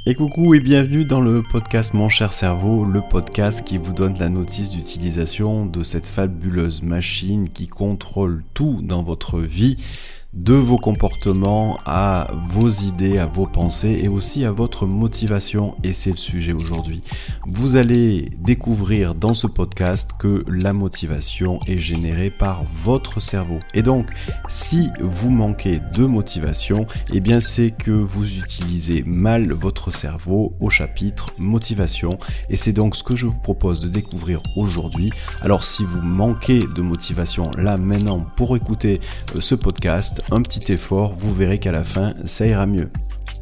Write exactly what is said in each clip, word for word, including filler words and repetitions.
Et coucou et bienvenue dans le podcast Mon cher cerveau, le podcast qui vous donne la notice d'utilisation de cette fabuleuse machine qui contrôle tout dans votre vie, de vos comportements à vos idées, à vos pensées et aussi à votre motivation. Et c'est le sujet aujourd'hui. Vous allez découvrir dans ce podcast que la motivation est générée par votre cerveau. Et donc, si vous manquez de motivation, eh bien c'est que vous utilisez mal votre cerveau au chapitre motivation. Et c'est donc ce que je vous propose de découvrir aujourd'hui. Alors si vous manquez de motivation là maintenant pour écouter ce podcast, un petit effort, vous verrez qu'à la fin, ça ira mieux.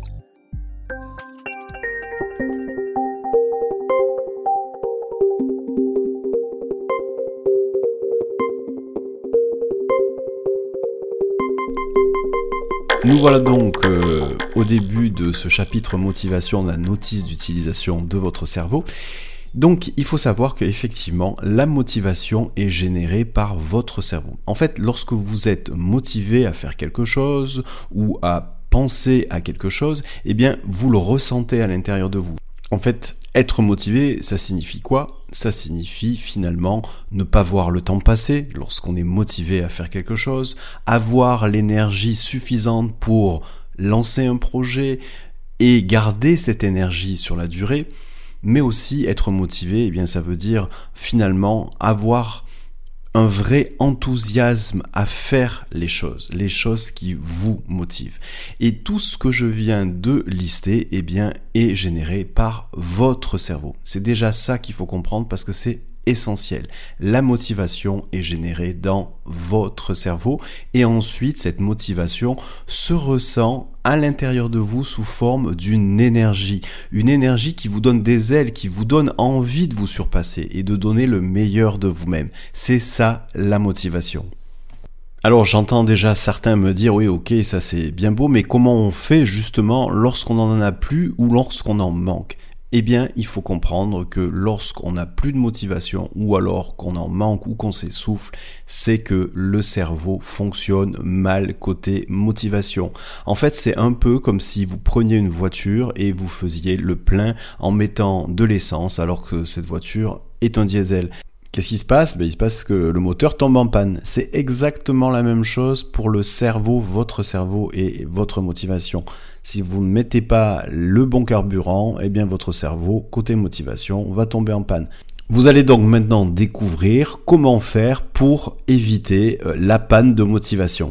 Nous voilà donc euh, au début de ce chapitre motivation, la notice d'utilisation de votre cerveau. Donc, il faut savoir qu'effectivement, la motivation est générée par votre cerveau. En fait, lorsque vous êtes motivé à faire quelque chose ou à penser à quelque chose, eh bien, vous le ressentez à l'intérieur de vous. En fait, être motivé, ça signifie quoi ? Ça signifie finalement ne pas voir le temps passer lorsqu'on est motivé à faire quelque chose, avoir l'énergie suffisante pour lancer un projet et garder cette énergie sur la durée. Mais aussi être motivé, eh bien ça veut dire finalement avoir un vrai enthousiasme à faire les choses, les choses qui vous motivent. Et tout ce que je viens de lister, eh bien, est généré par votre cerveau. C'est déjà ça qu'il faut comprendre parce que c'est essentiel. La motivation est générée dans votre cerveau et ensuite cette motivation se ressent à l'intérieur de vous sous forme d'une énergie, une énergie qui vous donne des ailes, qui vous donne envie de vous surpasser et de donner le meilleur de vous-même. C'est ça la motivation. Alors j'entends déjà certains me dire oui ok ça c'est bien beau mais comment on fait justement lorsqu'on n'en a plus ou lorsqu'on en manque ? Eh bien, il faut comprendre que lorsqu'on n'a plus de motivation ou alors qu'on en manque ou qu'on s'essouffle, c'est que le cerveau fonctionne mal côté motivation. En fait, c'est un peu comme si vous preniez une voiture et vous faisiez le plein en mettant de l'essence alors que cette voiture est un diesel. Qu'est-ce qui se passe ? Ben, il se passe que le moteur tombe en panne. C'est exactement la même chose pour le cerveau, votre cerveau et votre motivation. Si vous ne mettez pas le bon carburant, eh bien votre cerveau, côté motivation, va tomber en panne. Vous allez donc maintenant découvrir comment faire pour éviter la panne de motivation.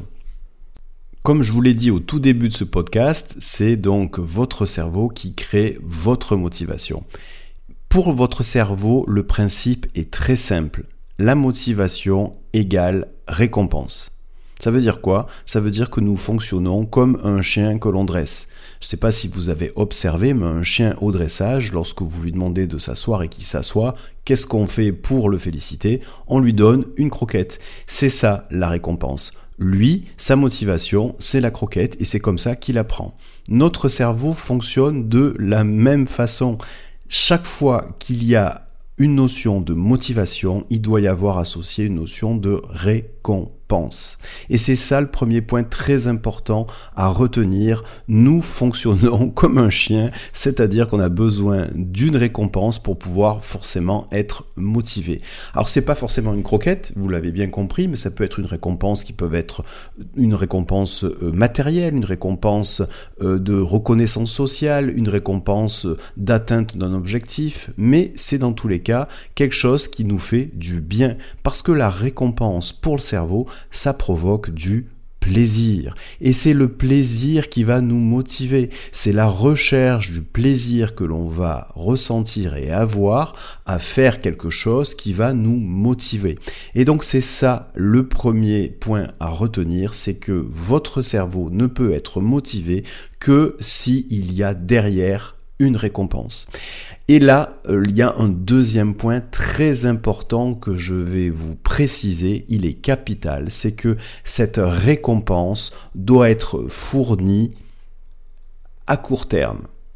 Comme je vous l'ai dit au tout début de ce podcast, c'est donc votre cerveau qui crée votre motivation. Pour votre cerveau, le principe est très simple. La motivation égale récompense. Ça veut dire quoi ? Ça veut dire que nous fonctionnons comme un chien que l'on dresse. Je ne sais pas si vous avez observé, mais un chien au dressage, lorsque vous lui demandez de s'asseoir et qu'il s'assoit, qu'est-ce qu'on fait pour le féliciter ? On lui donne une croquette. C'est ça la récompense. Lui, sa motivation, c'est la croquette et c'est comme ça qu'il apprend. Notre cerveau fonctionne de la même façon. Chaque fois qu'il y a une notion de motivation, il doit y avoir associé une notion de récompense. Et c'est ça le premier point très important à retenir. Nous fonctionnons comme un chien, c'est-à-dire qu'on a besoin d'une récompense pour pouvoir forcément être motivé. Alors c'est pas forcément une croquette, vous l'avez bien compris, mais ça peut être une récompense qui peut être une récompense matérielle, une récompense de reconnaissance sociale, une récompense d'atteinte d'un objectif, mais c'est dans tous les cas quelque chose qui nous fait du bien parce que la récompense pour le cerveau, ça provoque du plaisir. Et c'est le plaisir qui va nous motiver. C'est la recherche du plaisir que l'on va ressentir et avoir à faire quelque chose qui va nous motiver. Et donc c'est ça le premier point à retenir, c'est que votre cerveau ne peut être motivé que s'il y a derrière une récompense. Et là, il y a un deuxième point très important que je vais vous préciser, il est capital, c'est que cette récompense doit être fournie à court terme.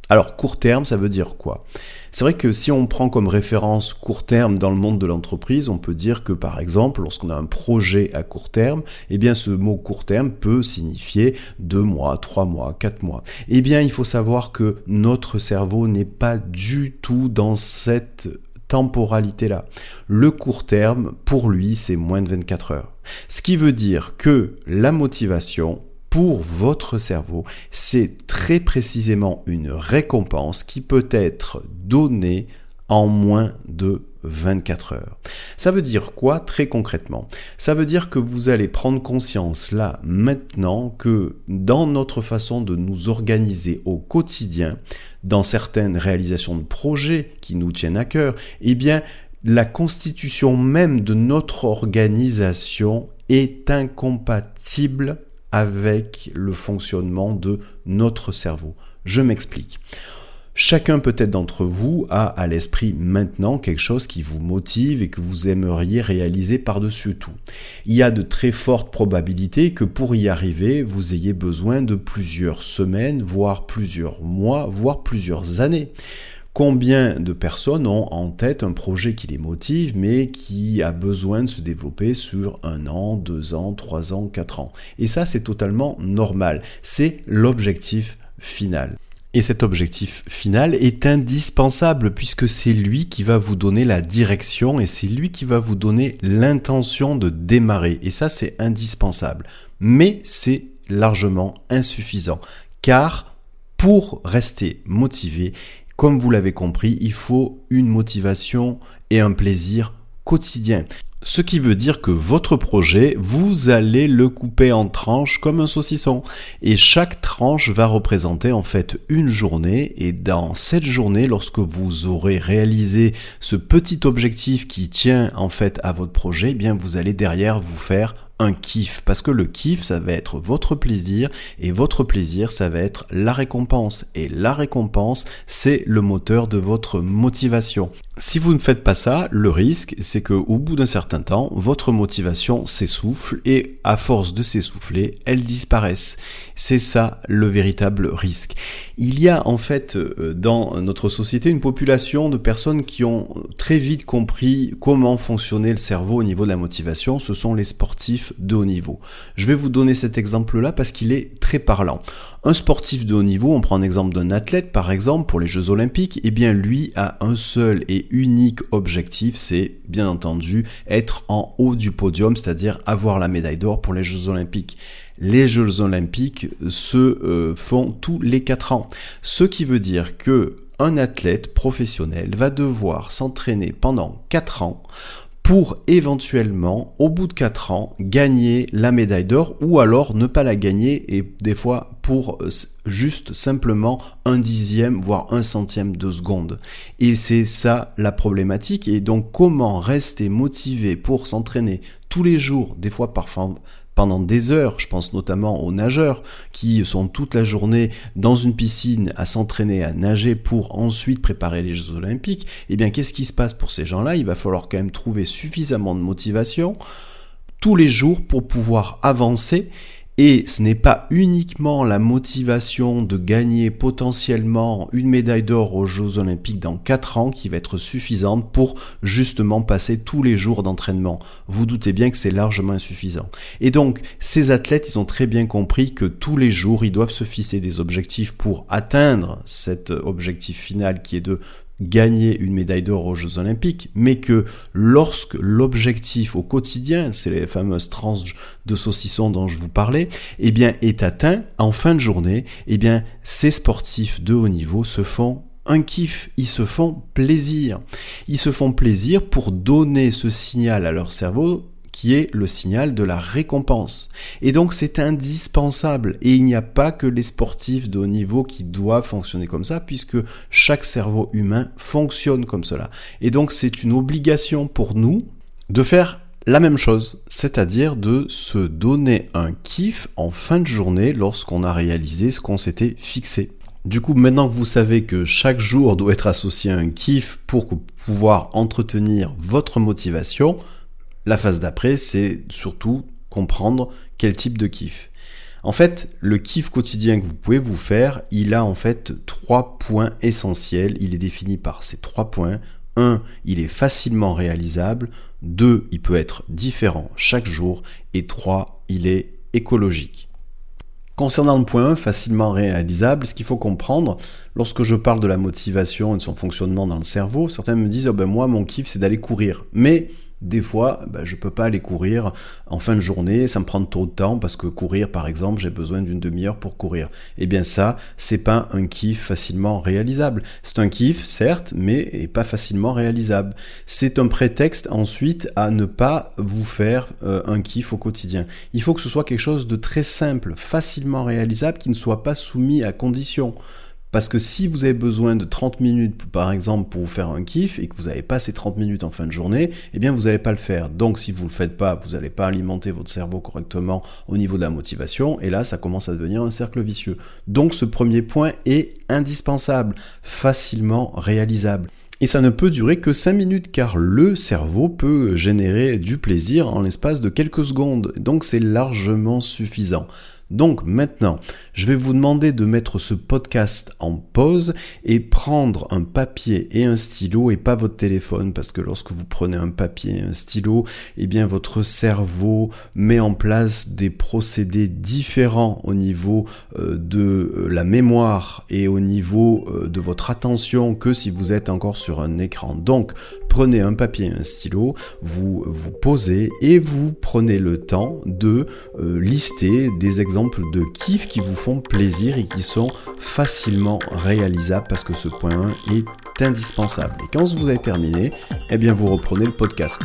Alors, court terme, ça veut dire quoi ? C'est vrai que si on prend comme référence court terme dans le monde de l'entreprise, on peut dire que par exemple, lorsqu'on a un projet à court terme, eh bien ce mot court terme peut signifier deux mois, trois mois, quatre mois. Eh bien, il faut savoir que notre cerveau n'est pas du tout dans cette temporalité-là. Le court terme, pour lui, c'est moins de vingt-quatre heures. Ce qui veut dire que la motivation, pour votre cerveau, c'est très précisément une récompense qui peut être donnée en moins de vingt-quatre heures. Ça veut dire quoi très concrètement ? Ça veut dire que vous allez prendre conscience là, maintenant, que dans notre façon de nous organiser au quotidien, dans certaines réalisations de projets qui nous tiennent à cœur, eh bien, la constitution même de notre organisation est incompatible avec le fonctionnement de notre cerveau. Je m'explique. Chacun peut-être d'entre vous a à l'esprit maintenant quelque chose qui vous motive et que vous aimeriez réaliser par-dessus tout. Il y a de très fortes probabilités que pour y arriver, vous ayez besoin de plusieurs semaines, voire plusieurs mois, voire plusieurs années. Combien de personnes ont en tête un projet qui les motive, mais qui a besoin de se développer sur un an, deux ans, trois ans, quatre ans ? Et ça, c'est totalement normal. C'est l'objectif final. Et cet objectif final est indispensable puisque c'est lui qui va vous donner la direction et c'est lui qui va vous donner l'intention de démarrer. Et ça, c'est indispensable. Mais c'est largement insuffisant. Car pour rester motivé, comme vous l'avez compris, il faut une motivation et un plaisir quotidien. Ce qui veut dire que votre projet, vous allez le couper en tranches comme un saucisson. Et chaque tranche va représenter en fait une journée. Et dans cette journée, lorsque vous aurez réalisé ce petit objectif qui tient en fait à votre projet, eh bien vous allez derrière vous faire un kiff, parce que le kiff, ça va être votre plaisir, et votre plaisir, ça va être la récompense, et la récompense, c'est le moteur de votre motivation. Si vous ne faites pas ça, le risque, c'est qu'au bout d'un certain temps, votre motivation s'essouffle, et à force de s'essouffler, elle disparaisse. C'est ça le véritable risque. Il y a en fait dans notre société une population de personnes qui ont très vite compris comment fonctionnait le cerveau au niveau de la motivation, ce sont les sportifs de haut niveau. Je vais vous donner cet exemple-là parce qu'il est très parlant. Un sportif de haut niveau, on prend l'exemple d'un athlète par exemple pour les Jeux Olympiques, eh bien lui a un seul et unique objectif, c'est bien entendu être en haut du podium, c'est-à-dire avoir la médaille d'or pour les Jeux Olympiques. Les Jeux Olympiques se euh, font tous les quatre ans, ce qui veut dire que un athlète professionnel va devoir s'entraîner pendant quatre ans pour éventuellement, au bout de quatre ans, gagner la médaille d'or ou alors ne pas la gagner et des fois pour juste simplement un dixième, voire un centième de seconde. Et c'est ça la problématique. Et donc, comment rester motivé pour s'entraîner tous les jours, des fois parfois pendant des heures, je pense notamment aux nageurs qui sont toute la journée dans une piscine à s'entraîner à nager pour ensuite préparer les Jeux Olympiques, eh bien qu'est-ce qui se passe pour ces gens-là ? Il va falloir quand même trouver suffisamment de motivation tous les jours pour pouvoir avancer. Et ce n'est pas uniquement la motivation de gagner potentiellement une médaille d'or aux Jeux Olympiques dans quatre ans qui va être suffisante pour justement passer tous les jours d'entraînement. Vous doutez bien que c'est largement insuffisant. Et donc, ces athlètes, ils ont très bien compris que tous les jours, ils doivent se fixer des objectifs pour atteindre cet objectif final qui est de gagner une médaille d'or aux Jeux Olympiques, mais que lorsque l'objectif au quotidien, c'est les fameuses tranches de saucisson dont je vous parlais, eh bien, est atteint en fin de journée, eh bien, ces sportifs de haut niveau se font un kiff, ils se font plaisir. Ils se font plaisir pour donner ce signal à leur cerveau qui est le signal de la récompense. Et donc c'est indispensable. Et il n'y a pas que les sportifs de haut niveau qui doivent fonctionner comme ça, puisque chaque cerveau humain fonctionne comme cela. Et donc c'est une obligation pour nous de faire la même chose, c'est-à-dire de se donner un kiff en fin de journée lorsqu'on a réalisé ce qu'on s'était fixé. Du coup, maintenant que vous savez que chaque jour doit être associé à un kiff pour pouvoir entretenir votre motivation, la phase d'après, c'est surtout comprendre quel type de kiff. En fait, le kiff quotidien que vous pouvez vous faire, il a en fait trois points essentiels. Il est défini par ces trois points. un. Il est facilement réalisable. deux. Il peut être différent chaque jour. Et trois. Il est écologique. Concernant le point un, facilement réalisable, ce qu'il faut comprendre, lorsque je parle de la motivation et de son fonctionnement dans le cerveau, certains me disent oh ben moi mon kiff c'est d'aller courir. Mais des fois, ben, je ne peux pas aller courir en fin de journée, ça me prend trop de temps parce que courir, par exemple, j'ai besoin d'une demi-heure pour courir. Eh bien ça, c'est pas un kiff facilement réalisable. C'est un kiff, certes, mais pas facilement réalisable. C'est un prétexte ensuite à ne pas vous faire euh, un kiff au quotidien. Il faut que ce soit quelque chose de très simple, facilement réalisable, qui ne soit pas soumis à conditions. Parce que si vous avez besoin de trente minutes, par exemple, pour vous faire un kiff, et que vous n'avez pas ces trente minutes en fin de journée, eh bien, vous n'allez pas le faire. Donc, si vous ne le faites pas, vous n'allez pas alimenter votre cerveau correctement au niveau de la motivation, et là, ça commence à devenir un cercle vicieux. Donc, ce premier point est indispensable, facilement réalisable. Et ça ne peut durer que cinq minutes, car le cerveau peut générer du plaisir en l'espace de quelques secondes. Donc, c'est largement suffisant. Donc maintenant, je vais vous demander de mettre ce podcast en pause et prendre un papier et un stylo et pas votre téléphone, parce que lorsque vous prenez un papier et un stylo, eh bien votre cerveau met en place des procédés différents au niveau euh, de la mémoire et au niveau euh, de votre attention que si vous êtes encore sur un écran. Donc prenez un papier et un stylo, vous vous posez et vous prenez le temps de euh, lister des exemples de kiff qui vous font plaisir et qui sont facilement réalisables parce que ce point un est indispensable. Et quand vous avez terminé, eh bien vous reprenez le podcast.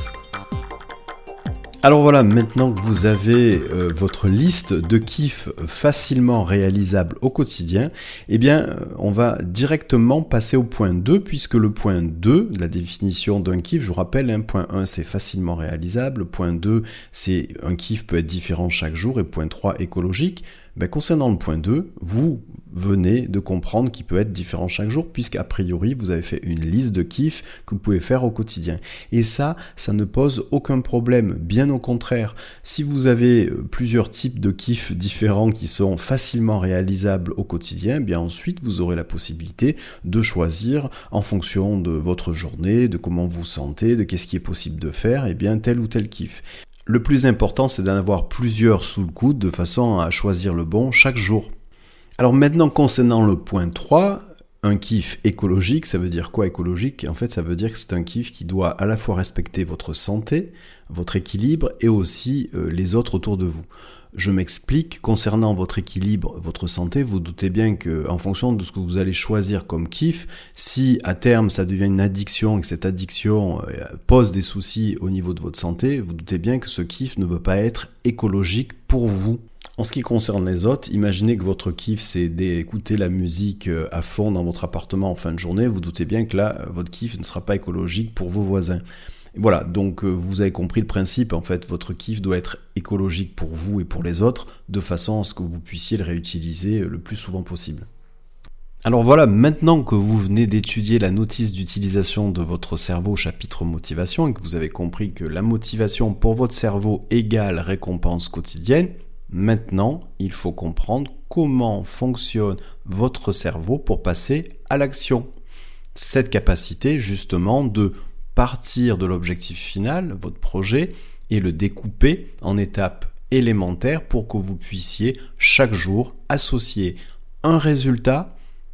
Alors voilà, maintenant que vous avez euh, votre liste de kiffs facilement réalisables au quotidien, eh bien euh, on va directement passer au point deux, puisque le point deux de la définition d'un kiff, je vous rappelle, hein, point un c'est facilement réalisable, point deux c'est un kiff peut être différent chaque jour, et point trois écologique. Ben, concernant le point deux, vous venez de comprendre qu'il peut être différent chaque jour, puisqu'a priori, vous avez fait une liste de kiffs que vous pouvez faire au quotidien. Et ça, ça ne pose aucun problème, bien au contraire. Si vous avez plusieurs types de kiffs différents qui sont facilement réalisables au quotidien, eh bien ensuite, vous aurez la possibilité de choisir en fonction de votre journée, de comment vous vous sentez, de qu'est-ce qui est possible de faire, eh bien tel ou tel kiff. Le plus important, c'est d'en avoir plusieurs sous le coude de façon à choisir le bon chaque jour. Alors maintenant, concernant le point trois, un kiff écologique, ça veut dire quoi écologique ? En fait, ça veut dire que c'est un kiff qui doit à la fois respecter votre santé, votre équilibre et aussi euh, les autres autour de vous. Je m'explique, concernant votre équilibre, votre santé, vous doutez bien qu'en fonction de ce que vous allez choisir comme kiff, si à terme ça devient une addiction et que cette addiction pose des soucis au niveau de votre santé, vous doutez bien que ce kiff ne peut pas être écologique pour vous. En ce qui concerne les autres, imaginez que votre kiff c'est d'écouter la musique à fond dans votre appartement en fin de journée, vous doutez bien que là, votre kiff ne sera pas écologique pour vos voisins. Voilà, donc vous avez compris le principe, en fait, votre kiff doit être écologique pour vous et pour les autres, de façon à ce que vous puissiez le réutiliser le plus souvent possible. Alors voilà, maintenant que vous venez d'étudier la notice d'utilisation de votre cerveau au chapitre motivation et que vous avez compris que la motivation pour votre cerveau égale récompense quotidienne, maintenant il faut comprendre comment fonctionne votre cerveau pour passer à l'action. Cette capacité justement de partir de l'objectif final, votre projet, et le découper en étapes élémentaires pour que vous puissiez chaque jour associer un résultat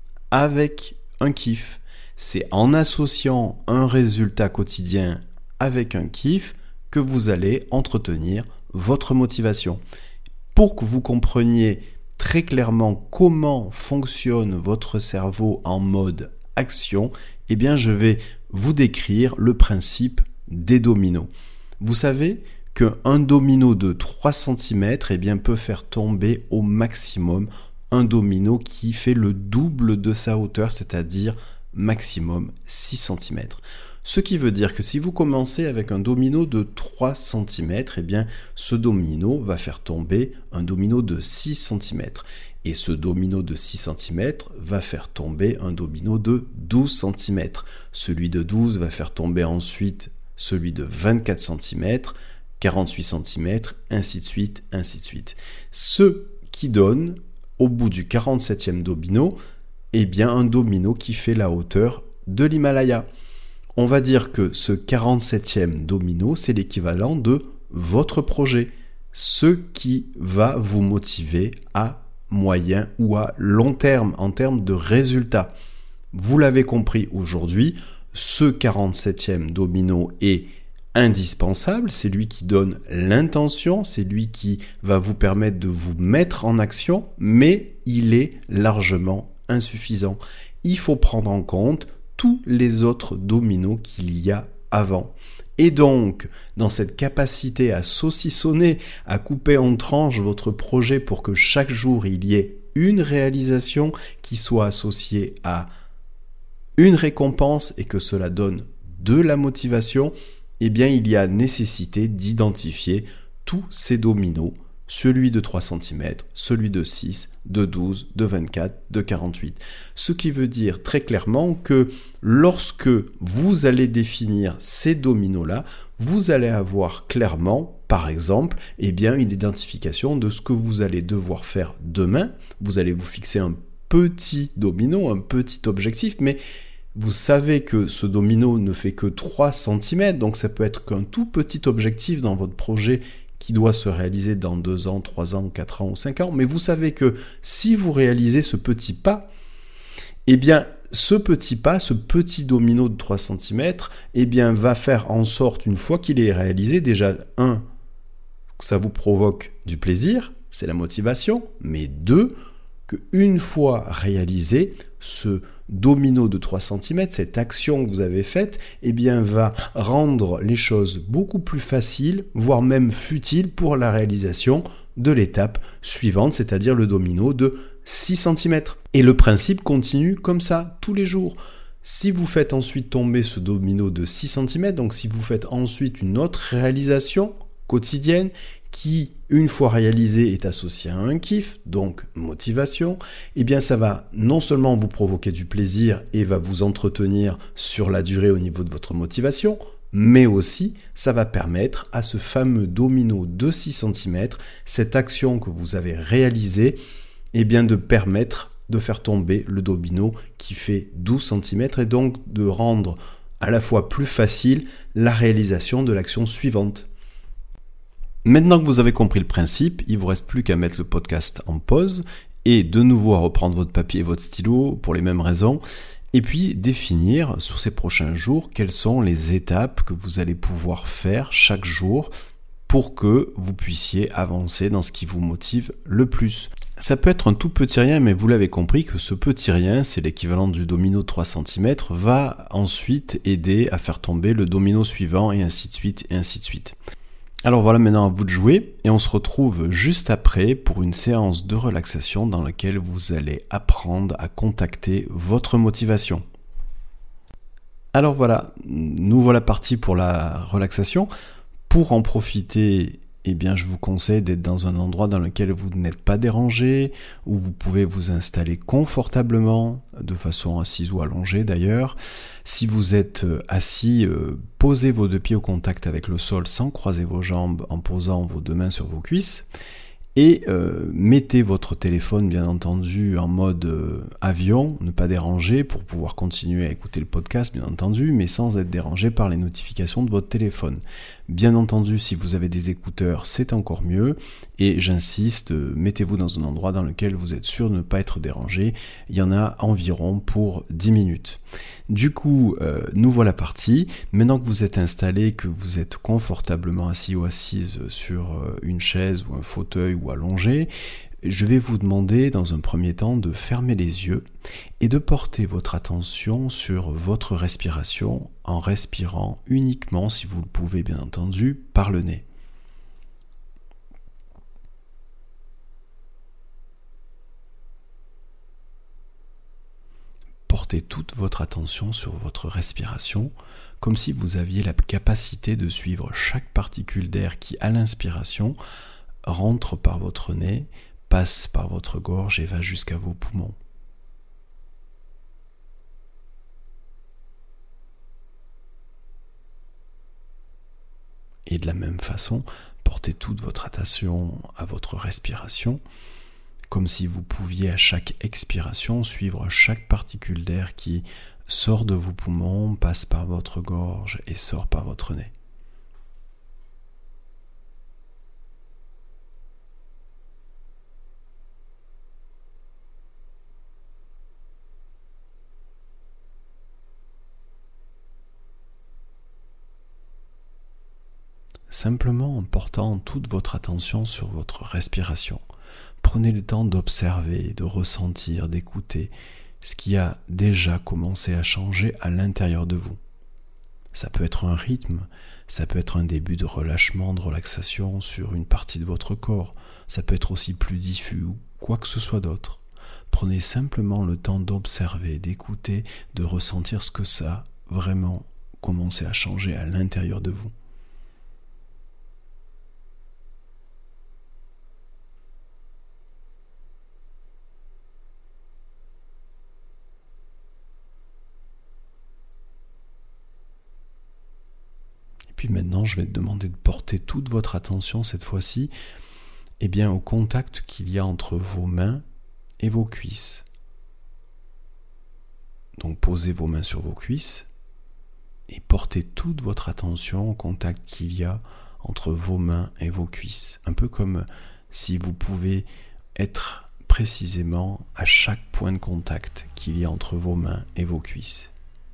avec un kiff. C'est en associant un résultat quotidien avec un kiff que vous allez entretenir votre motivation. Pour que vous compreniez très clairement comment fonctionne votre cerveau en mode action, eh bien je vais vous décrire le principe des dominos. Vous savez qu'un domino de trois centimètres eh bien, peut faire tomber au maximum un domino qui fait le double de sa hauteur, c'est-à-dire maximum six centimètres. Ce qui veut dire que si vous commencez avec un domino de trois centimètres, eh bien, ce domino va faire tomber un domino de six centimètres. Et ce domino de six centimètres va faire tomber un domino de douze centimètres. Celui de douze va faire tomber ensuite celui de vingt-quatre centimètres, quarante-huit centimètres, ainsi de suite, ainsi de suite. Ce qui donne, au bout du quarante-septième domino, eh bien un domino qui fait la hauteur de l'Himalaya. On va dire que ce quarante-septième domino, c'est l'équivalent de votre projet, ce qui va vous motiver à moyen ou à long terme en termes de résultats. Vous l'avez compris aujourd'hui, ce quarante-septième domino est indispensable, c'est lui qui donne l'intention, c'est lui qui va vous permettre de vous mettre en action, mais il est largement insuffisant. Il faut prendre en compte tous les autres dominos qu'il y a avant. Et donc, dans cette capacité à saucissonner, à couper en tranches votre projet pour que chaque jour il y ait une réalisation qui soit associée à une récompense et que cela donne de la motivation, eh bien il y a nécessité d'identifier tous ces dominos, celui de trois centimètres, celui de six, de douze, de vingt-quatre, de quarante-huit. Ce qui veut dire très clairement que lorsque vous allez définir ces dominos-là, vous allez avoir clairement, par exemple, eh bien, une identification de ce que vous allez devoir faire demain. Vous allez vous fixer un petit domino, un petit objectif, mais vous savez que ce domino ne fait que trois centimètres, donc ça peut être qu'un tout petit objectif dans votre projet qui doit se réaliser dans deux ans, trois ans, quatre ans ou cinq ans. Mais vous savez que si vous réalisez ce petit pas, eh bien, ce petit pas, ce petit domino de trois centimètres, eh bien, va faire en sorte, une fois qu'il est réalisé, déjà, un, ça vous provoque du plaisir, c'est la motivation, mais deux, qu'une fois réalisé, ce domino de trois centimètres, cette action que vous avez faite, eh bien, va rendre les choses beaucoup plus faciles, voire même futiles pour la réalisation de l'étape suivante, c'est-à-dire le domino de six centimètres. Et le principe continue comme ça, tous les jours. Si vous faites ensuite tomber ce domino de six centimètres, donc si vous faites ensuite une autre réalisation quotidienne, qui, une fois réalisé, est associé à un kiff, donc motivation, eh bien ça va non seulement vous provoquer du plaisir et va vous entretenir sur la durée au niveau de votre motivation, mais aussi ça va permettre à ce fameux domino de six centimètres, cette action que vous avez réalisée, eh bien de permettre de faire tomber le domino qui fait douze centimètres et donc de rendre à la fois plus facile la réalisation de l'action suivante. Maintenant que vous avez compris le principe, il ne vous reste plus qu'à mettre le podcast en pause et de nouveau à reprendre votre papier et votre stylo pour les mêmes raisons et puis définir sur ces prochains jours quelles sont les étapes que vous allez pouvoir faire chaque jour pour que vous puissiez avancer dans ce qui vous motive le plus. Ça peut être un tout petit rien, mais vous l'avez compris que ce petit rien, c'est l'équivalent du domino de trois centimètres, va ensuite aider à faire tomber le domino suivant et ainsi de suite et ainsi de suite. Alors voilà, maintenant à vous de jouer et on se retrouve juste après pour une séance de relaxation dans laquelle vous allez apprendre à contacter votre motivation. Alors voilà, nous voilà partis pour la relaxation. Pour en profiter, eh bien, je vous conseille d'être dans un endroit dans lequel vous n'êtes pas dérangé, où vous pouvez vous installer confortablement, de façon assise ou allongée d'ailleurs. Si vous êtes assis, euh, posez vos deux pieds au contact avec le sol sans croiser vos jambes en posant vos deux mains sur vos cuisses. Et euh, mettez votre téléphone, bien entendu, en mode euh, avion, ne pas déranger, pour pouvoir continuer à écouter le podcast, bien entendu, mais sans être dérangé par les notifications de votre téléphone. Bien entendu, si vous avez des écouteurs, c'est encore mieux. Et j'insiste, euh, mettez-vous dans un endroit dans lequel vous êtes sûr de ne pas être dérangé. Il y en a environ pour dix minutes. Du coup, euh, nous voilà partis. Maintenant que vous êtes installé, que vous êtes confortablement assis ou assise sur euh, une chaise ou un fauteuil ou allongé, je vais vous demander dans un premier temps de fermer les yeux et de porter votre attention sur votre respiration en respirant uniquement, si vous le pouvez bien entendu, par le nez. Portez toute votre attention sur votre respiration, comme si vous aviez la capacité de suivre chaque particule d'air qui, à l'inspiration, rentre par votre nez, passe par votre gorge et va jusqu'à vos poumons. Et de la même façon, portez toute votre attention à votre respiration comme si vous pouviez à chaque expiration suivre chaque particule d'air qui sort de vos poumons, passe par votre gorge et sort par votre nez. Simplement en portant toute votre attention sur votre respiration. Prenez le temps d'observer, de ressentir, d'écouter ce qui a déjà commencé à changer à l'intérieur de vous. Ça peut être un rythme, ça peut être un début de relâchement, de relaxation sur une partie de votre corps, ça peut être aussi plus diffus ou quoi que ce soit d'autre. Prenez simplement le temps d'observer, d'écouter, de ressentir ce que ça a vraiment commencé à changer à l'intérieur de vous. Puis maintenant, je vais te demander de porter toute votre attention cette fois-ci eh bien, au contact qu'il y a entre vos mains et vos cuisses. Donc posez vos mains sur vos cuisses et portez toute votre attention au contact qu'il y a entre vos mains et vos cuisses. Un peu comme si vous pouvez être précisément à chaque point de contact qu'il y a entre vos mains et vos cuisses.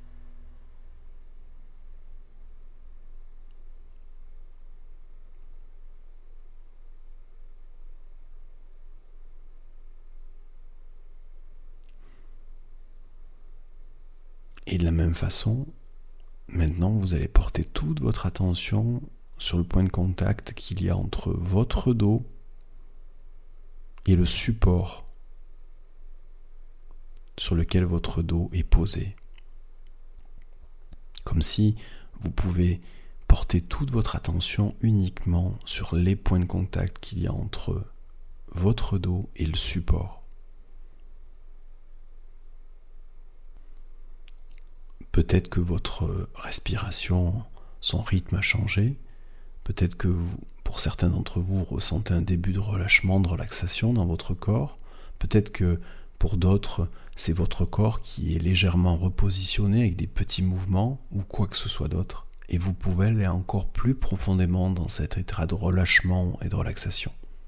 Et de la même façon, maintenant vous allez porter toute votre attention sur le point de contact qu'il y a entre votre dos et le support sur lequel votre dos est posé. Comme si vous pouvez porter toute votre attention uniquement sur les points de contact qu'il y a entre votre dos et le support. Peut-être que votre respiration, son rythme a changé. Peut-être que vous, pour certains d'entre vous, ressentez un début de relâchement, de relaxation dans votre corps. Peut-être que pour d'autres, c'est votre corps qui est légèrement repositionné avec des petits mouvements ou quoi que ce soit d'autre. Et vous pouvez aller encore plus profondément dans cet état de relâchement et de relaxation.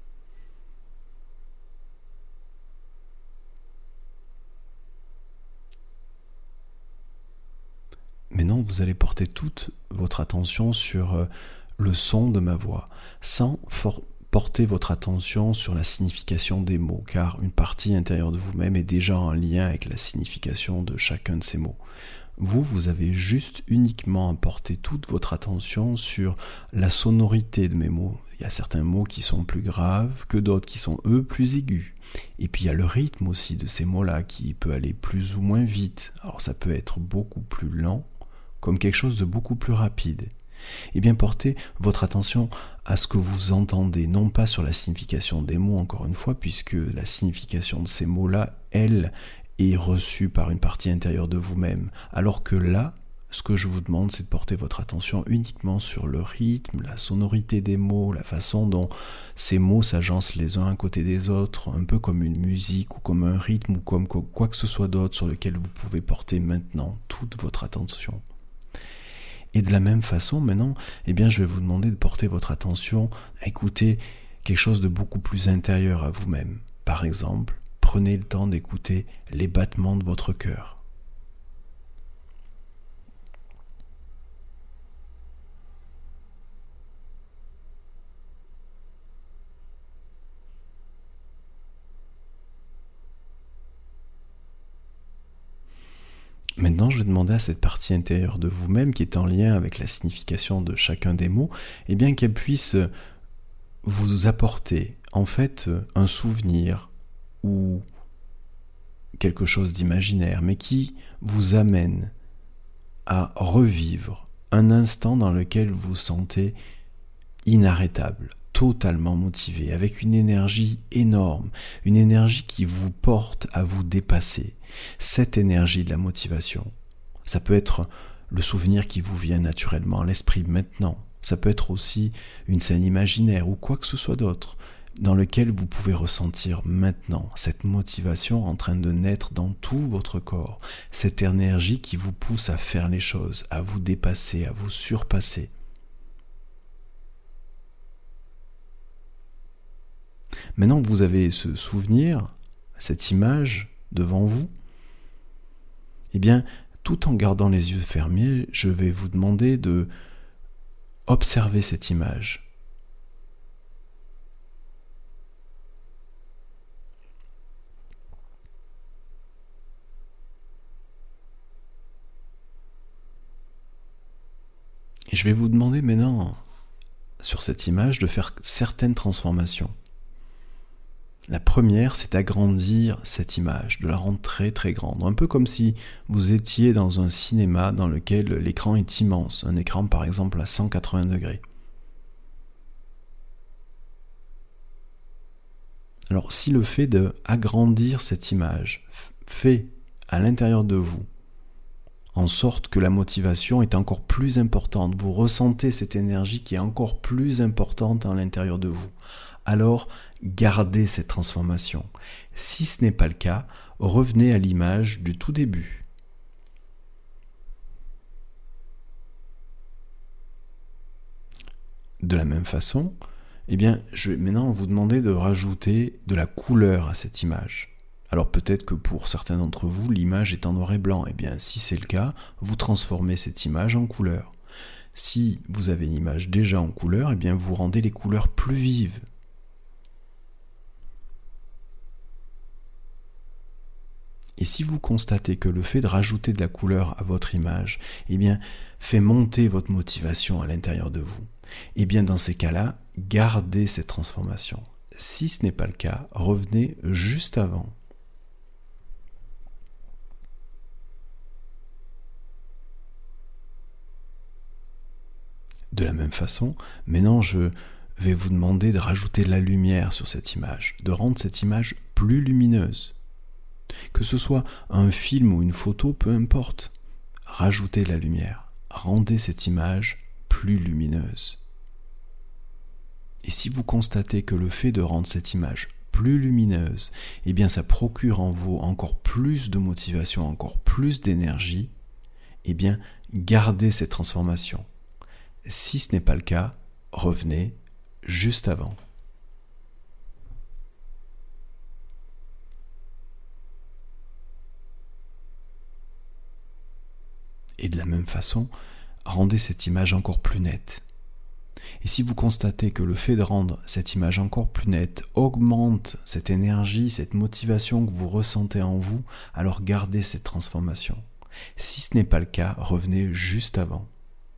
Maintenant, vous allez porter toute votre attention sur le son de ma voix, sans for- porter votre attention sur la signification des mots, car une partie intérieure de vous-même est déjà en lien avec la signification de chacun de ces mots. Vous, vous avez juste uniquement à porter toute votre attention sur la sonorité de mes mots. Il y a certains mots qui sont plus graves que d'autres qui sont, eux, plus aigus. Et puis il y a le rythme aussi de ces mots-là qui peut aller plus ou moins vite. Alors ça peut être beaucoup plus lent, comme quelque chose de beaucoup plus rapide. Eh bien, portez votre attention à ce que vous entendez, non pas sur la signification des mots, encore une fois, puisque la signification de ces mots-là, elle, est reçue par une partie intérieure de vous-même. Alors que là, ce que je vous demande, c'est de porter votre attention uniquement sur le rythme, la sonorité des mots, la façon dont ces mots s'agencent les uns à côté des autres, un peu comme une musique ou comme un rythme ou comme quoi que ce soit d'autre sur lequel vous pouvez porter maintenant toute votre attention. Et de la même façon, maintenant, eh bien, je vais vous demander de porter votre attention à écouter quelque chose de beaucoup plus intérieur à vous-même. Par exemple, prenez le temps d'écouter les battements de votre cœur. Maintenant, je vais demander à cette partie intérieure de vous-même, qui est en lien avec la signification de chacun des mots, eh bien qu'elle puisse vous apporter, en fait, un souvenir ou quelque chose d'imaginaire, mais qui vous amène à revivre un instant dans lequel vous vous sentez inarrêtable, totalement motivé, avec une énergie énorme, une énergie qui vous porte à vous dépasser. Cette énergie de la motivation, ça peut être le souvenir qui vous vient naturellement à l'esprit maintenant, ça peut être aussi une scène imaginaire ou quoi que ce soit d'autre, dans lequel vous pouvez ressentir maintenant cette motivation en train de naître dans tout votre corps, cette énergie qui vous pousse à faire les choses, à vous dépasser, à vous surpasser. Maintenant que vous avez ce souvenir, cette image devant vous, eh bien, tout en gardant les yeux fermés, je vais vous demander de observer cette image. Et je vais vous demander maintenant, sur cette image, de faire certaines transformations. La première, c'est d'agrandir cette image, de la rendre très très grande. Un peu comme si vous étiez dans un cinéma dans lequel l'écran est immense. Un écran par exemple à cent quatre-vingts degrés. Alors si le fait d'agrandir cette image fait à l'intérieur de vous en sorte que la motivation est encore plus importante, vous ressentez cette énergie qui est encore plus importante à l'intérieur de vous, alors gardez cette transformation. Si ce n'est pas le cas, revenez à l'image du tout début. De la même façon, eh bien, je vais maintenant vous demander de rajouter de la couleur à cette image. Alors peut-être que pour certains d'entre vous, l'image est en noir et blanc. Eh bien, si c'est le cas, vous transformez cette image en couleur. Si vous avez une image déjà en couleur, eh bien, vous rendez les couleurs plus vives. Et si vous constatez que le fait de rajouter de la couleur à votre image, eh bien, fait monter votre motivation à l'intérieur de vous, eh bien, dans ces cas-là, gardez cette transformation. Si ce n'est pas le cas, revenez juste avant. De la même façon, maintenant je vais vous demander de rajouter de la lumière sur cette image, de rendre cette image plus lumineuse. Que ce soit un film ou une photo, peu importe, rajoutez de la lumière, rendez cette image plus lumineuse. Et si vous constatez que le fait de rendre cette image plus lumineuse, eh bien ça procure en vous encore plus de motivation, encore plus d'énergie, eh bien gardez cette transformation. Si ce n'est pas le cas, revenez juste avant. Et de la même façon, rendez cette image encore plus nette. Et si vous constatez que le fait de rendre cette image encore plus nette augmente cette énergie, cette motivation que vous ressentez en vous, alors gardez cette transformation. Si ce n'est pas le cas, revenez juste avant.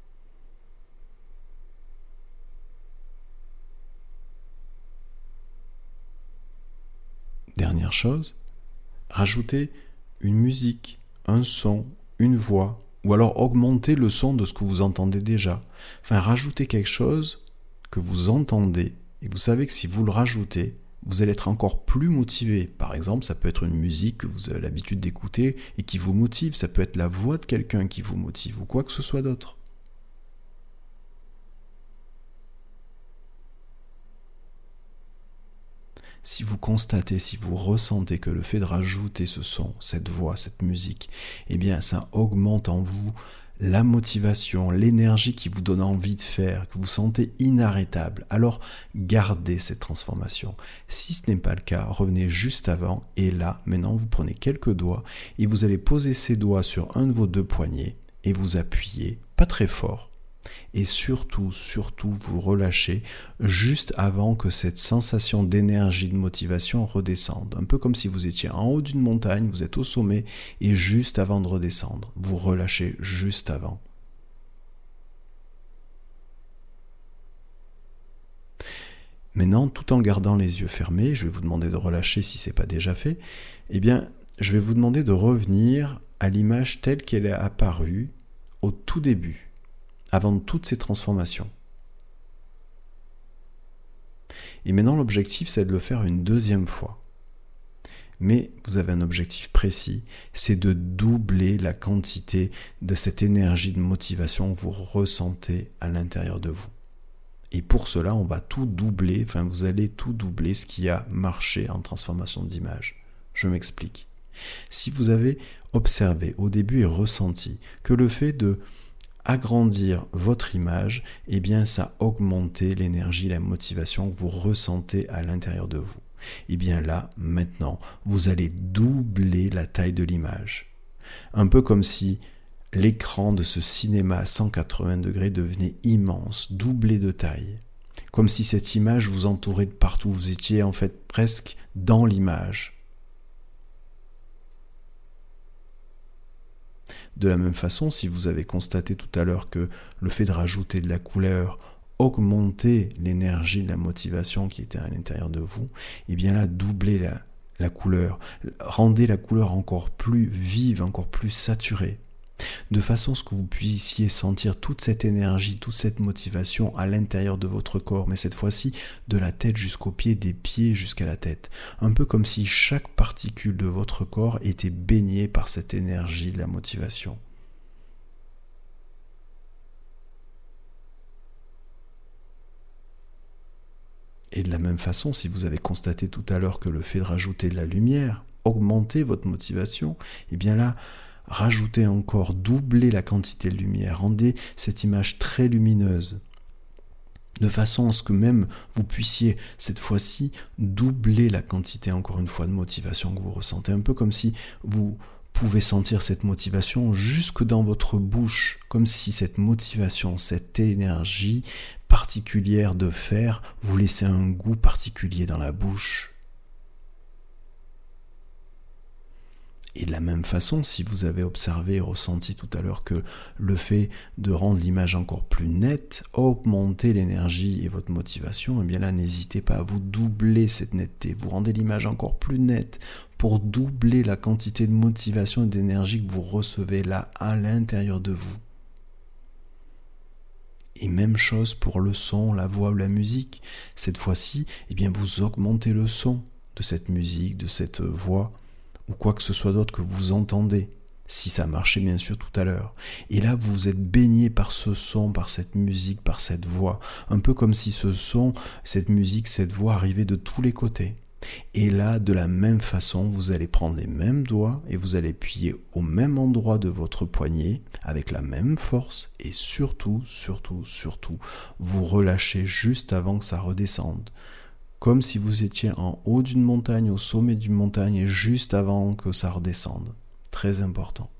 Dernière chose, rajoutez une musique, un son, une voix, ou alors augmentez le son de ce que vous entendez déjà. Enfin, rajoutez quelque chose que vous entendez, et vous savez que si vous le rajoutez, vous allez être encore plus motivé. Par exemple, ça peut être une musique que vous avez l'habitude d'écouter et qui vous motive, ça peut être la voix de quelqu'un qui vous motive, ou quoi que ce soit d'autre. Si vous constatez, si vous ressentez que le fait de rajouter ce son, cette voix, cette musique, eh bien ça augmente en vous la motivation, l'énergie qui vous donne envie de faire, que vous sentez inarrêtable, alors gardez cette transformation. Si ce n'est pas le cas, revenez juste avant et là, maintenant vous prenez quelques doigts et vous allez poser ces doigts sur un de vos deux poignets et vous appuyez, pas très fort. Et surtout, surtout, vous relâchez juste avant que cette sensation d'énergie, de motivation redescende. Un peu comme si vous étiez en haut d'une montagne, vous êtes au sommet, et juste avant de redescendre, vous relâchez juste avant. Maintenant, tout en gardant les yeux fermés, je vais vous demander de relâcher si ce n'est pas déjà fait, eh bien, je vais vous demander de revenir à l'image telle qu'elle est apparue au tout début. Avant toutes ces transformations. Et maintenant, l'objectif, c'est de le faire une deuxième fois. Mais vous avez un objectif précis, c'est de doubler la quantité de cette énergie de motivation que vous ressentez à l'intérieur de vous. Et pour cela, on va tout doubler, enfin vous allez tout doubler ce qui a marché en transformation d'image. Je m'explique. Si vous avez observé au début et ressenti que le fait de agrandir votre image, eh bien ça a augmenté l'énergie, la motivation que vous ressentez à l'intérieur de vous. Eh bien là, maintenant, vous allez doubler la taille de l'image. Un peu comme si l'écran de ce cinéma à cent quatre-vingts degrés devenait immense, doublé de taille. Comme si cette image vous entourait de partout, vous étiez en fait presque dans l'image. De la même façon, si vous avez constaté tout à l'heure que le fait de rajouter de la couleur augmentait l'énergie, la motivation qui était à l'intérieur de vous, et bien là, doublez la, la couleur, rendez la couleur encore plus vive, encore plus saturée, de façon à ce que vous puissiez sentir toute cette énergie, toute cette motivation à l'intérieur de votre corps, mais cette fois-ci de la tête jusqu'aux pieds, des pieds jusqu'à la tête. Un peu comme si chaque particule de votre corps était baignée par cette énergie de la motivation. Et de la même façon, si vous avez constaté tout à l'heure que le fait de rajouter de la lumière augmentait votre motivation, et bien là, rajoutez encore, doublez la quantité de lumière, rendez cette image très lumineuse, de façon à ce que même vous puissiez, cette fois-ci, doubler la quantité, encore une fois, de motivation que vous ressentez. Un peu comme si vous pouvez sentir cette motivation jusque dans votre bouche, comme si cette motivation, cette énergie particulière de faire, vous laissait un goût particulier dans la bouche. Et de la même façon, si vous avez observé et ressenti tout à l'heure que le fait de rendre l'image encore plus nette, augmenter l'énergie et votre motivation, eh bien là, n'hésitez pas à vous doubler cette netteté. Vous rendez l'image encore plus nette pour doubler la quantité de motivation et d'énergie que vous recevez là à l'intérieur de vous. Et même chose pour le son, la voix ou la musique. Cette fois-ci, eh bien, vous augmentez le son de cette musique, de cette voix, ou quoi que ce soit d'autre que vous entendez, si ça marchait bien sûr tout à l'heure. Et là, vous êtes baigné par ce son, par cette musique, par cette voix, un peu comme si ce son, cette musique, cette voix arrivait de tous les côtés. Et là, de la même façon, vous allez prendre les mêmes doigts et vous allez appuyer au même endroit de votre poignet, avec la même force, et surtout, surtout, surtout, vous relâchez juste avant que ça redescende. Comme si vous étiez en haut d'une montagne, au sommet d'une montagne, et juste avant que ça redescende. Très important.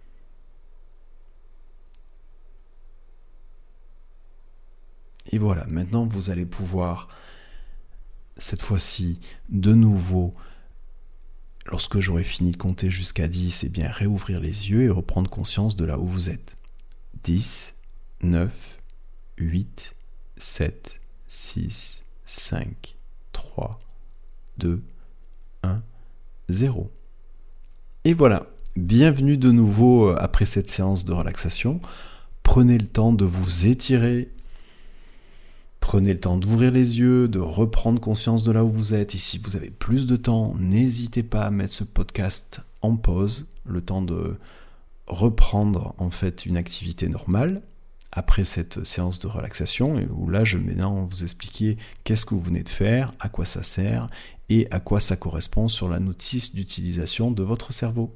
Et voilà, maintenant vous allez pouvoir, cette fois-ci, de nouveau, lorsque j'aurai fini de compter jusqu'à dix, eh bien réouvrir les yeux et reprendre conscience de là où vous êtes. dix, neuf, huit, sept, six, cinq, trois, deux, un, zéro. Et voilà, bienvenue de nouveau après cette séance de relaxation. Prenez le temps de vous étirer, prenez le temps d'ouvrir les yeux, de reprendre conscience de là où vous êtes. Et si vous avez plus de temps, n'hésitez pas à mettre ce podcast en pause, le temps de reprendre en fait une activité normale après cette séance de relaxation, où là je vais maintenant vous expliquer qu'est-ce que vous venez de faire, à quoi ça sert et à quoi ça correspond sur la notice d'utilisation de votre cerveau.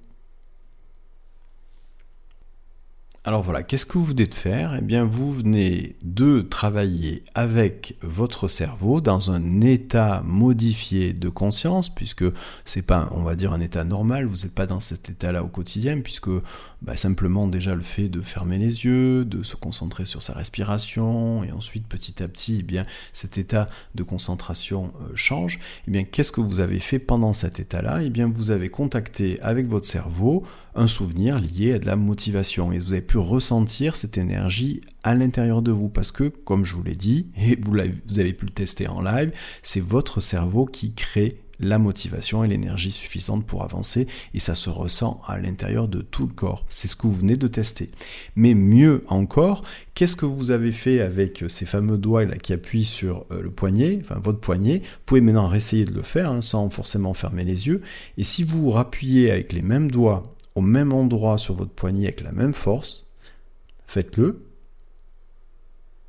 Alors voilà, qu'est-ce que vous venez de faire ? Eh bien, vous venez de travailler avec votre cerveau dans un état modifié de conscience, puisque c'est pas, on va dire, un état normal, vous n'êtes pas dans cet état-là au quotidien, puisque bah, simplement déjà le fait de fermer les yeux, de se concentrer sur sa respiration, et ensuite petit à petit, eh bien, cet état de concentration euh, change. Eh bien, qu'est-ce que vous avez fait pendant cet état-là ? Eh bien, vous avez contacté avec votre cerveau un souvenir lié à de la motivation, et vous avez pu ressentir cette énergie à l'intérieur de vous, parce que, comme je vous l'ai dit, et vous, vous avez pu le tester en live, c'est votre cerveau qui crée la motivation et l'énergie suffisante pour avancer, et ça se ressent à l'intérieur de tout le corps. C'est ce que vous venez de tester. Mais mieux encore, qu'est-ce que vous avez fait avec ces fameux doigts là qui appuient sur euh, le poignet, enfin votre poignet ? Vous pouvez maintenant essayer de le faire hein, sans forcément fermer les yeux, et si vous rappuyez avec les mêmes doigts au même endroit sur votre poignet avec la même force, faites-le.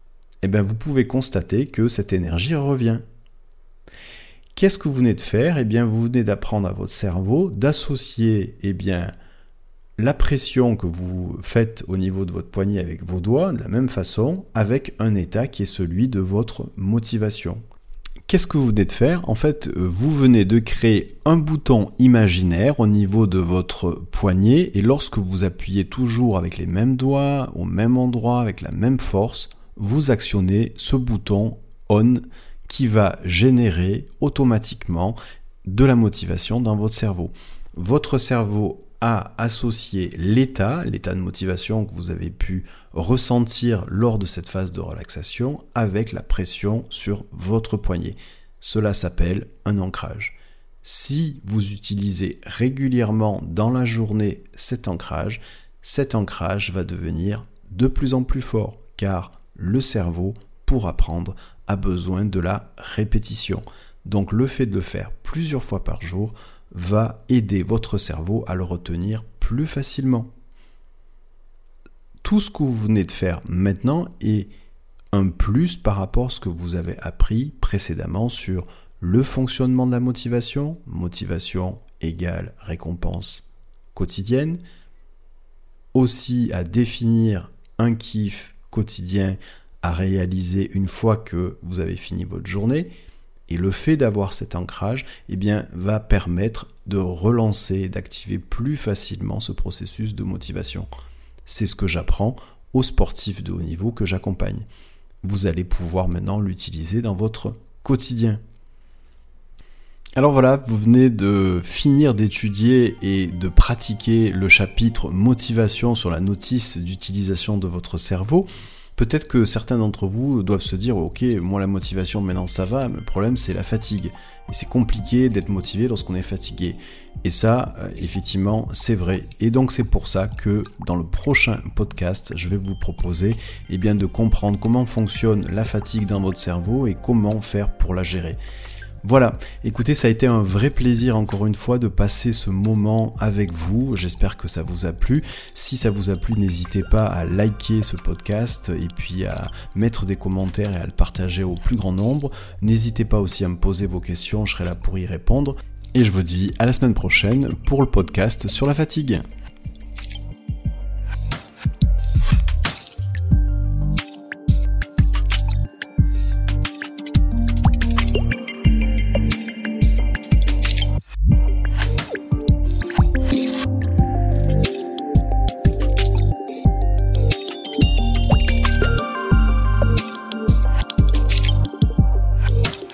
eh bien vous pouvez constater que cette énergie revient. Qu'est-ce que vous venez de faire ? Eh bien, vous venez d'apprendre à votre cerveau d'associer eh bien, la pression que vous faites au niveau de votre poignet avec vos doigts, de la même façon, avec un état qui est celui de votre motivation. Qu'est-ce que vous venez de faire ? En fait, vous venez de créer un bouton imaginaire au niveau de votre poignet, et lorsque vous appuyez toujours avec les mêmes doigts, au même endroit, avec la même force, vous actionnez ce bouton on qui va générer automatiquement de la motivation dans votre cerveau. Votre cerveau a associé l'état, l'état de motivation que vous avez pu ressentir lors de cette phase de relaxation avec la pression sur votre poignet. Cela s'appelle un ancrage. Si vous utilisez régulièrement dans la journée cet ancrage, cet ancrage va devenir de plus en plus fort car le cerveau, pour apprendre, a besoin de la répétition. Donc le fait de le faire plusieurs fois par jour va aider votre cerveau à le retenir plus facilement. Tout ce que vous venez de faire maintenant est un plus par rapport à ce que vous avez appris précédemment sur le fonctionnement de la motivation, motivation égale récompense quotidienne, aussi à définir un kiff quotidien à réaliser une fois que vous avez fini votre journée. Et le fait d'avoir cet ancrage eh bien, va permettre de relancer, d'activer plus facilement ce processus de motivation. C'est ce que j'apprends aux sportifs de haut niveau que j'accompagne. Vous allez pouvoir maintenant l'utiliser dans votre quotidien. Alors voilà, vous venez de finir d'étudier et de pratiquer le chapitre motivation sur la notice d'utilisation de votre cerveau. Peut-être que certains d'entre vous doivent se dire « Ok, moi la motivation maintenant ça va, mais le problème c'est la fatigue. » Et c'est compliqué d'être motivé lorsqu'on est fatigué. Et ça, effectivement, c'est vrai. Et donc c'est pour ça que dans le prochain podcast, je vais vous proposer eh bien, de comprendre comment fonctionne la fatigue dans votre cerveau et comment faire pour la gérer. Voilà, écoutez, ça a été un vrai plaisir encore une fois de passer ce moment avec vous. J'espère que ça vous a plu. Si ça vous a plu, n'hésitez pas à liker ce podcast et puis à mettre des commentaires et à le partager au plus grand nombre. N'hésitez pas aussi à me poser vos questions, je serai là pour y répondre. Et je vous dis à la semaine prochaine pour le podcast sur la fatigue.